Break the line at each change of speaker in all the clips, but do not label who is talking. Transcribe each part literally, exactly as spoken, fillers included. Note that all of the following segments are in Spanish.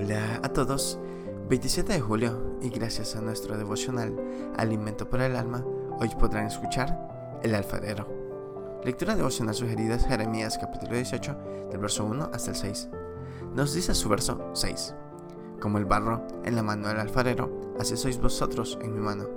Hola a todos, veintisiete de julio, y gracias a nuestro devocional Alimento para el Alma, hoy podrán escuchar El Alfarero. Lectura devocional sugerida es Jeremías capítulo dieciocho, del verso uno hasta el seis. Nos dice su verso seis: Como el barro en la mano del alfarero, así sois vosotros en mi mano.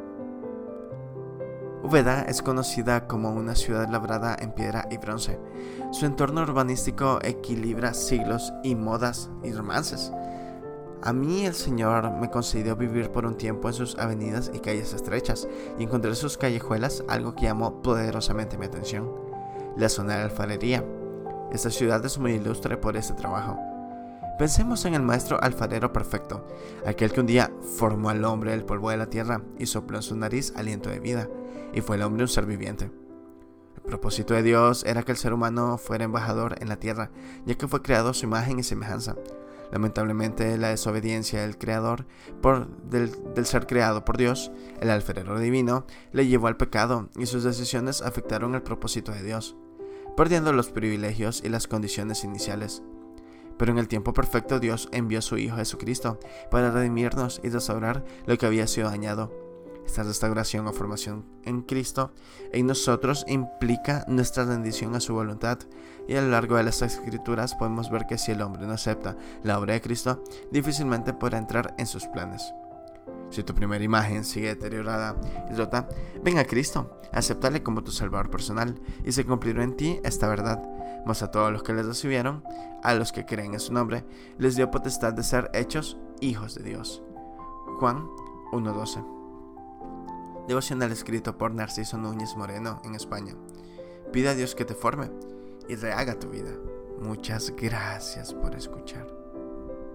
Úbeda es conocida como una ciudad labrada en piedra y bronce. Su entorno urbanístico equilibra siglos y modas y romances. A mí el Señor me concedió vivir por un tiempo en sus avenidas y calles estrechas, y encontré en sus callejuelas algo que llamó poderosamente mi atención: la zona de alfarería. Esta ciudad es muy ilustre por este trabajo. Pensemos en el maestro alfarero perfecto, aquel que un día formó al hombre del polvo de la tierra y sopló en su nariz aliento de vida, y fue el hombre un ser viviente. El propósito de Dios era que el ser humano fuera embajador en la tierra, ya que fue creado a su imagen y semejanza. Lamentablemente, la desobediencia del creador por, del, del ser creado por Dios, el alfarero divino, le llevó al pecado, y sus decisiones afectaron el propósito de Dios, perdiendo los privilegios y las condiciones iniciales. Pero en el tiempo perfecto Dios envió a su Hijo Jesucristo para redimirnos y restaurar lo que había sido dañado. Esta restauración o formación en Cristo en nosotros implica nuestra rendición a su voluntad, y a lo largo de las Escrituras podemos ver que si el hombre no acepta la obra de Cristo, difícilmente podrá entrar en sus planes. Si tu primera imagen sigue deteriorada y rota, ven a Cristo, acéptale como tu Salvador personal, y se cumplirá en ti esta verdad: mas a todos los que le recibieron, a los que creen en su nombre, les dio potestad de ser hechos hijos de Dios. Juan uno doce. Devocional escrito por Narciso Núñez Moreno en España. Pide a Dios que te forme y rehaga tu vida. Muchas gracias por escuchar.